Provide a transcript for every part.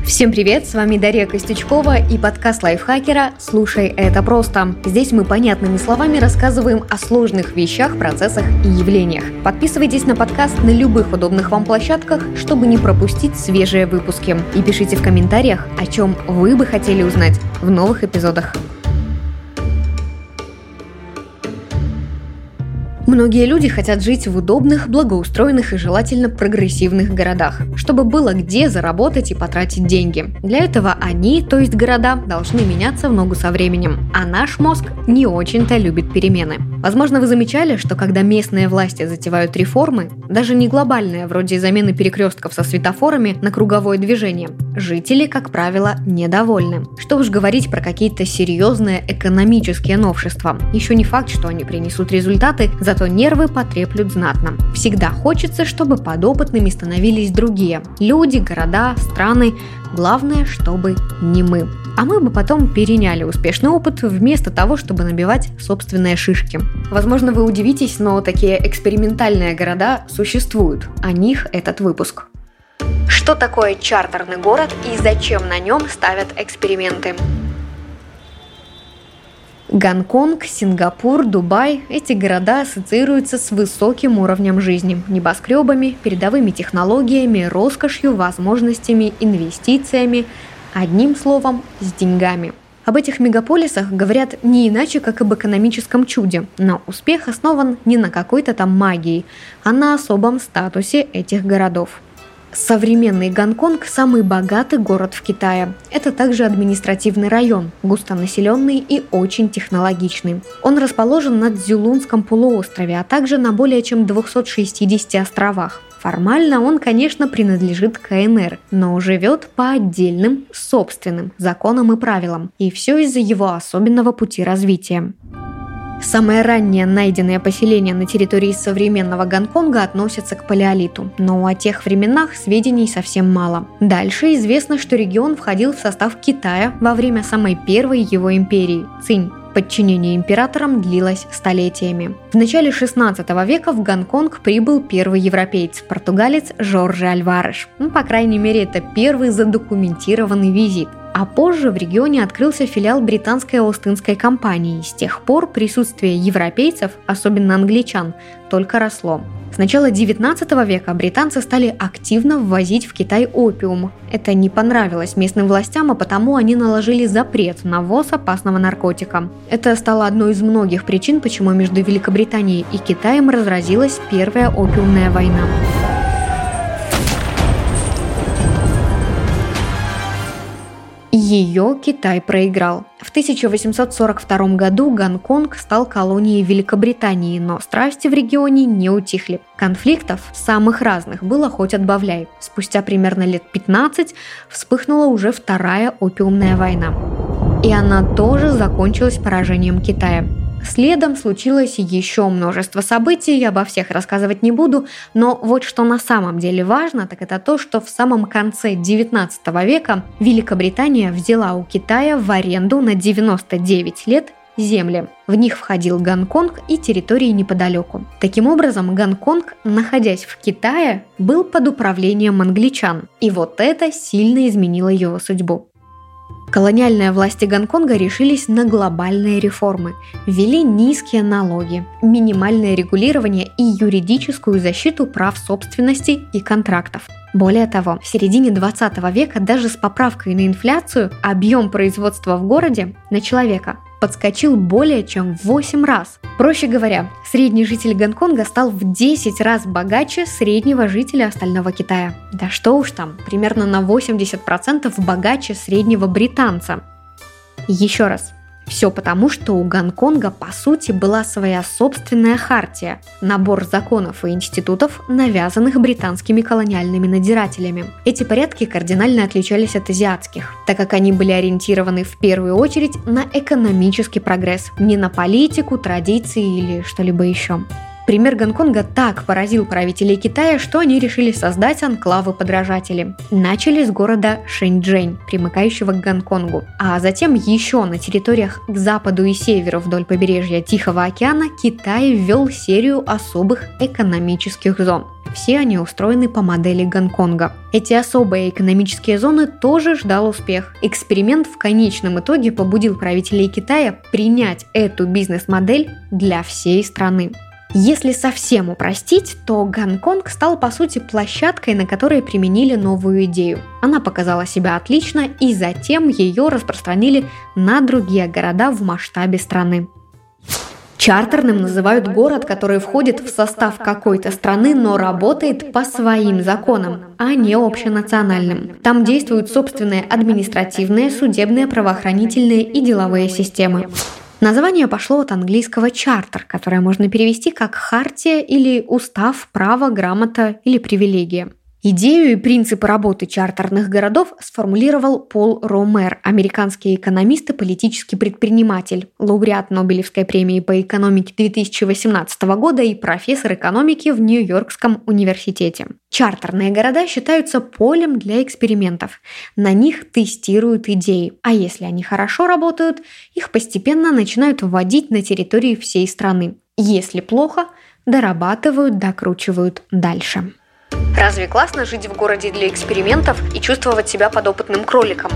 Всем привет, с вами Дарья Костючкова и подкаст лайфхакера «Слушай, это просто». Здесь мы понятными словами рассказываем о сложных вещах, процессах и явлениях. Подписывайтесь на подкаст на любых удобных вам площадках, чтобы не пропустить свежие выпуски. И пишите в комментариях, о чем вы бы хотели узнать в новых эпизодах. Многие люди хотят жить в удобных, благоустроенных и желательно прогрессивных городах, чтобы было где заработать и потратить деньги. Для этого они, то есть города, должны меняться в ногу со временем, а наш мозг не очень-то любит перемены. Возможно, вы замечали, что когда местные власти затевают реформы, даже не глобальные, вроде замены перекрестков со светофорами на круговое движение, жители, как правило, недовольны. Что уж говорить про какие-то серьезные экономические новшества. Еще не факт, что они принесут результаты, зато нервы потреплют знатно. Всегда хочется, чтобы подопытными становились другие. Люди, города, страны. Главное, чтобы не мы. А мы бы потом переняли успешный опыт вместо того, чтобы набивать собственные шишки. Возможно, вы удивитесь, но такие экспериментальные города существуют. О них этот выпуск. Что такое чартерный город и зачем на нем ставят эксперименты? Гонконг, Сингапур, Дубай – эти города ассоциируются с высоким уровнем жизни, небоскребами, передовыми технологиями, роскошью, возможностями, инвестициями, одним словом, с деньгами. Об этих мегаполисах говорят не иначе, как об экономическом чуде, но успех основан не на какой-то там магии, а на особом статусе этих городов. Современный Гонконг – самый богатый город в Китае. Это также административный район, густонаселенный и очень технологичный. Он расположен на Цзюлунском полуострове, а также на более чем 260 островах. Формально он, конечно, принадлежит КНР, но живет по отдельным, собственным законам и правилам. И все из-за его особенного пути развития. Самые ранние найденные поселения на территории современного Гонконга относятся к палеолиту, но о тех временах сведений совсем мало. Дальше известно, что регион входил в состав Китая во время самой первой его империи – Цинь. Подчинение императорам длилось столетиями. В начале 16 века в Гонконг прибыл первый европеец – португалец Жорже Альвареш. По крайней мере, это первый задокументированный визит. А позже в регионе открылся филиал британской Остинской компании. С тех пор присутствие европейцев, особенно англичан, только росло. С начала 19 века британцы стали активно ввозить в Китай опиум. Это не понравилось местным властям, а потому они наложили запрет на ввоз опасного наркотика. Это стало одной из многих причин, почему между Великобританией и Китаем разразилась Первая опиумная война. Ее Китай проиграл. В 1842 году Гонконг стал колонией Великобритании, но страсти в регионе не утихли. Конфликтов самых разных было хоть отбавляй. Спустя примерно лет 15 вспыхнула уже Вторая опиумная война. И она тоже закончилась поражением Китая. Следом случилось еще множество событий, я обо всех рассказывать не буду, но вот что на самом деле важно, так это то, что в самом конце 19 века Великобритания взяла у Китая в аренду на 99 лет земли. В них входил Гонконг и территории неподалеку. Таким образом, Гонконг, находясь в Китае, был под управлением англичан, и вот это сильно изменило его судьбу. Колониальные власти Гонконга решились на глобальные реформы, ввели низкие налоги, минимальное регулирование и юридическую защиту прав собственности и контрактов. Более того, в середине 20 века даже с поправкой на инфляцию объем производства в городе на человека подскочил более чем в 8 раз. Проще говоря, средний житель Гонконга стал в 10 раз богаче среднего жителя остального Китая. Да что уж там, примерно на 80% богаче среднего британца. Еще раз. Все потому, что у Гонконга, по сути, была своя собственная хартия – набор законов и институтов, навязанных британскими колониальными надзирателями. Эти порядки кардинально отличались от азиатских, так как они были ориентированы в первую очередь на экономический прогресс, не на политику, традиции или что-либо еще. Пример Гонконга так поразил правителей Китая, что они решили создать анклавы-подражатели. Начали с города Шэньчжэнь, примыкающего к Гонконгу, а затем еще на территориях к западу и северу вдоль побережья Тихого океана Китай ввел серию особых экономических зон. Все они устроены по модели Гонконга. Эти особые экономические зоны тоже ждал успех. Эксперимент в конечном итоге побудил правителей Китая принять эту бизнес-модель для всей страны. Если совсем упростить, то Гонконг стал по сути площадкой, на которой применили новую идею. Она показала себя отлично, и затем ее распространили на другие города в масштабе страны. Чартерным называют город, который входит в состав какой-то страны, но работает по своим законам, а не общенациональным. Там действуют собственные административные, судебные, правоохранительные и деловые системы. Название пошло от английского «чартер», которое можно перевести как «хартия» или «устав», «право», «грамота» или «привилегия». Идею и принципы работы чартерных городов сформулировал Пол Ромер, американский экономист и политический предприниматель, лауреат Нобелевской премии по экономике 2018 года и профессор экономики в Нью-Йоркском университете. Чартерные города считаются полем для экспериментов. На них тестируют идеи, а если они хорошо работают, их постепенно начинают вводить на территории всей страны. Если плохо, дорабатывают, докручивают дальше. Разве классно жить в городе для экспериментов и чувствовать себя подопытным кроликом?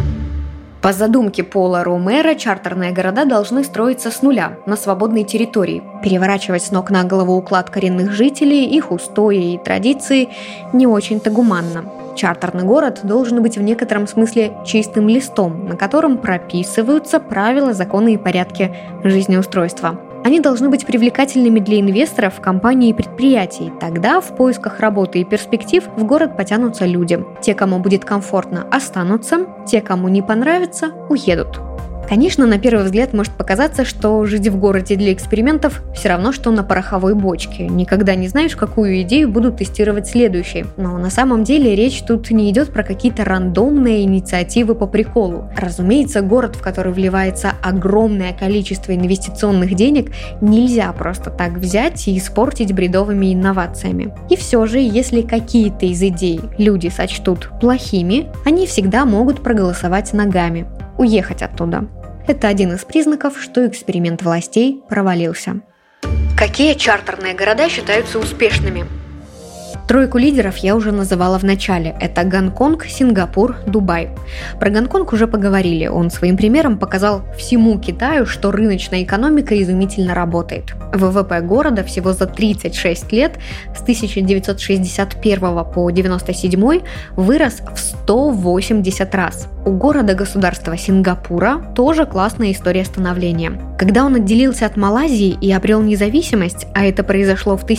По задумке Пола Ромера, чартерные города должны строиться с нуля, на свободной территории. Переворачивать с ног на голову уклад коренных жителей, их устои и традиции не очень-то гуманно. Чартерный город должен быть в некотором смысле чистым листом, на котором прописываются правила, законы и порядки жизнеустройства. Они должны быть привлекательными для инвесторов, компаний и предприятий. Тогда в поисках работы и перспектив в город потянутся люди. Те, кому будет комфортно, останутся, те, кому не понравится, уедут. Конечно, на первый взгляд может показаться, что жить в городе для экспериментов все равно, что на пороховой бочке. Никогда не знаешь, какую идею будут тестировать следующей. Но на самом деле речь тут не идет про какие-то рандомные инициативы по приколу. Разумеется, город, в который вливается огромное количество инвестиционных денег, нельзя просто так взять и испортить бредовыми инновациями. И все же, если какие-то из идей люди сочтут плохими, они всегда могут проголосовать ногами, уехать оттуда. Это один из признаков, что эксперимент властей провалился. Какие чартерные города считаются успешными? Тройку лидеров я уже называла в начале. Это Гонконг, Сингапур, Дубай. Про Гонконг уже поговорили. Он своим примером показал всему Китаю, что рыночная экономика изумительно работает. ВВП города всего за 36 лет с 1961 по 1997 вырос в 180 раз. У города-государства Сингапура тоже классная история становления. Когда он отделился от Малайзии и обрел независимость, а это произошло в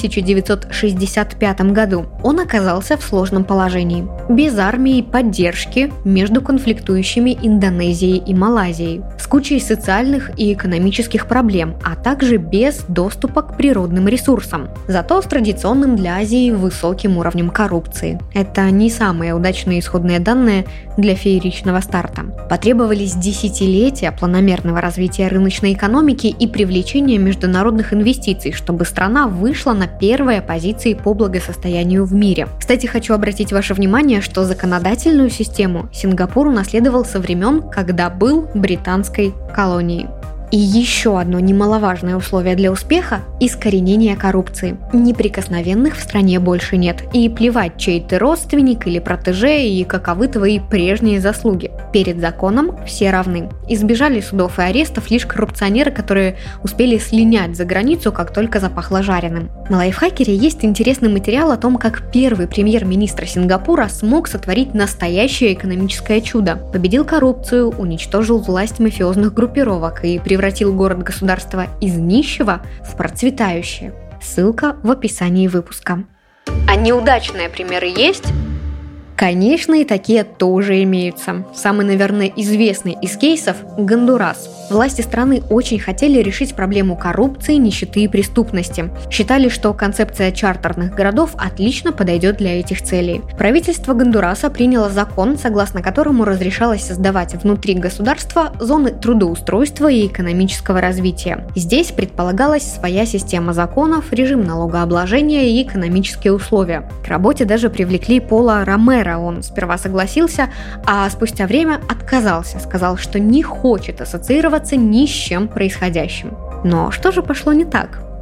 1965 году, он оказался в сложном положении. Без армии и поддержки между конфликтующими Индонезией и Малайзией, с кучей социальных и экономических проблем, а также без доступа к природным ресурсам. Зато с традиционным для Азии высоким уровнем коррупции. Это не самые удачные исходные данные для фееричного старта. Потребовались десятилетия планомерного развития рыночной экономики и привлечения международных инвестиций, чтобы страна вышла на первые позиции по благосостоянию в мире. Кстати, хочу обратить ваше внимание, что законодательную систему Сингапур унаследовал со времен, когда был британской колонией. И еще одно немаловажное условие для успеха – искоренение коррупции. Неприкосновенных в стране больше нет. И плевать, чей ты родственник или протеже, и каковы твои прежние заслуги. Перед законом все равны. Избежали судов и арестов лишь коррупционеры, которые успели слинять за границу, как только запахло жареным. На Лайфхакере есть интересный материал о том, как первый премьер-министр Сингапура смог сотворить настоящее экономическое чудо. Победил коррупцию, уничтожил власть мафиозных группировок и превратил город-государство из нищего в процветающее. Ссылка в описании выпуска. А неудачные примеры есть? Конечно, и такие тоже имеются. Самый, наверное, известный из кейсов – Гондурас. Власти страны очень хотели решить проблему коррупции, нищеты и преступности. Считали, что концепция чартерных городов отлично подойдет для этих целей. Правительство Гондураса приняло закон, согласно которому разрешалось создавать внутри государства зоны трудоустройства и экономического развития. Здесь предполагалась своя система законов, режим налогообложения и экономические условия. К работе даже привлекли Пола Ромера. Он сперва согласился, а спустя время отказался, сказал, что не хочет ассоциироваться ни с чем происходящим. Но что же пошло не так?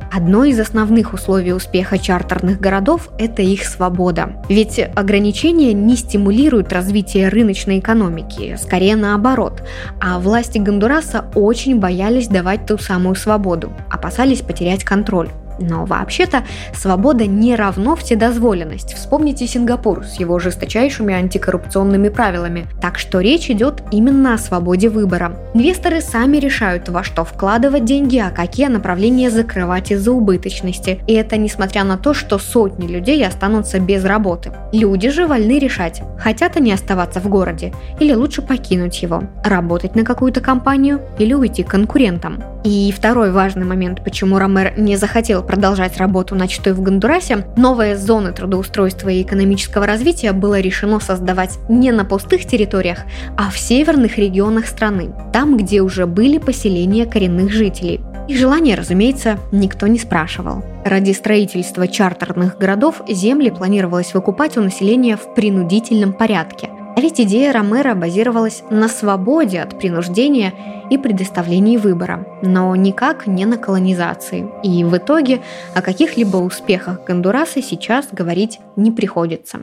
Одно из основных условий успеха чартерных городов – это их свобода. Ведь ограничения не стимулируют развитие рыночной экономики, скорее наоборот. А власти Гондураса очень боялись давать ту самую свободу, опасались потерять контроль. Но вообще-то свобода не равно вседозволенность. Вспомните Сингапур с его жесточайшими антикоррупционными правилами. Так что речь идет именно о свободе выбора. Инвесторы сами решают, во что вкладывать деньги, а какие направления закрывать из-за убыточности. И это несмотря на то, что сотни людей останутся без работы. Люди же вольны решать, хотят они оставаться в городе или лучше покинуть его, работать на какую-то компанию или уйти к конкурентам. И второй важный момент, почему Ромер не захотел продолжать работу, начатую в Гондурасе, новые зоны трудоустройства и экономического развития было решено создавать не на пустых территориях, а в северных регионах страны, там, где уже были поселения коренных жителей. Их желание, разумеется, никто не спрашивал. Ради строительства чартерных городов земли планировалось выкупать у населения в принудительном порядке. А ведь идея Ромера базировалась на свободе от принуждения и предоставлении выбора, но никак не на колонизации. И в итоге о каких-либо успехах Гондураса сейчас говорить не приходится.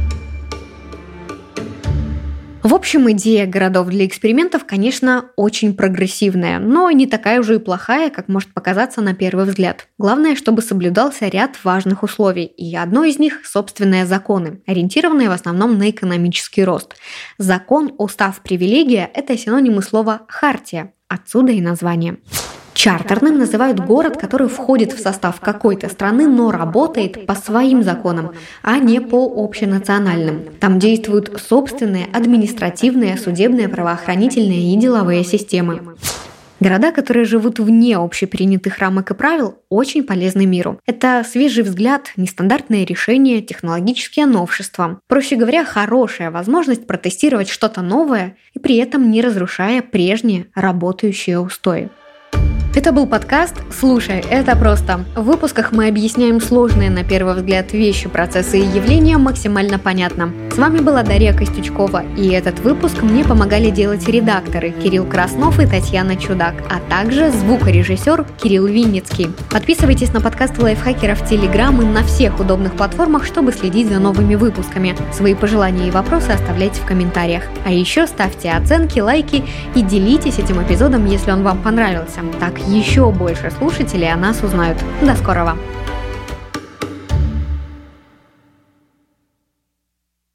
В общем, идея городов для экспериментов, конечно, очень прогрессивная, но не такая уже и плохая, как может показаться на первый взгляд. Главное, чтобы соблюдался ряд важных условий, и одно из них – собственные законы, ориентированные в основном на экономический рост. Закон, устав, привилегия – это синонимы слова «хартия», отсюда и название. Чартерным называют город, который входит в состав какой-то страны, но работает по своим законам, а не по общенациональным. Там действуют собственные административные, судебные, правоохранительные и деловые системы. Города, которые живут вне общепринятых рамок и правил, очень полезны миру. Это свежий взгляд, нестандартные решения, технологические новшества. Проще говоря, хорошая возможность протестировать что-то новое и при этом не разрушая прежние работающие устои. Это был подкаст «Слушай, это просто». В выпусках мы объясняем сложные на первый взгляд вещи, процессы и явления максимально понятно. С вами была Дарья Костючкова, и этот выпуск мне помогали делать редакторы Кирилл Краснов и Татьяна Чудак, а также звукорежиссер Кирилл Винницкий. Подписывайтесь на подкаст лайфхакеров в Телеграм и на всех удобных платформах, чтобы следить за новыми выпусками. Свои пожелания и вопросы оставляйте в комментариях. А еще ставьте оценки, лайки и делитесь этим эпизодом, если он вам понравился. Так еще больше слушателей о нас узнают. До скорого!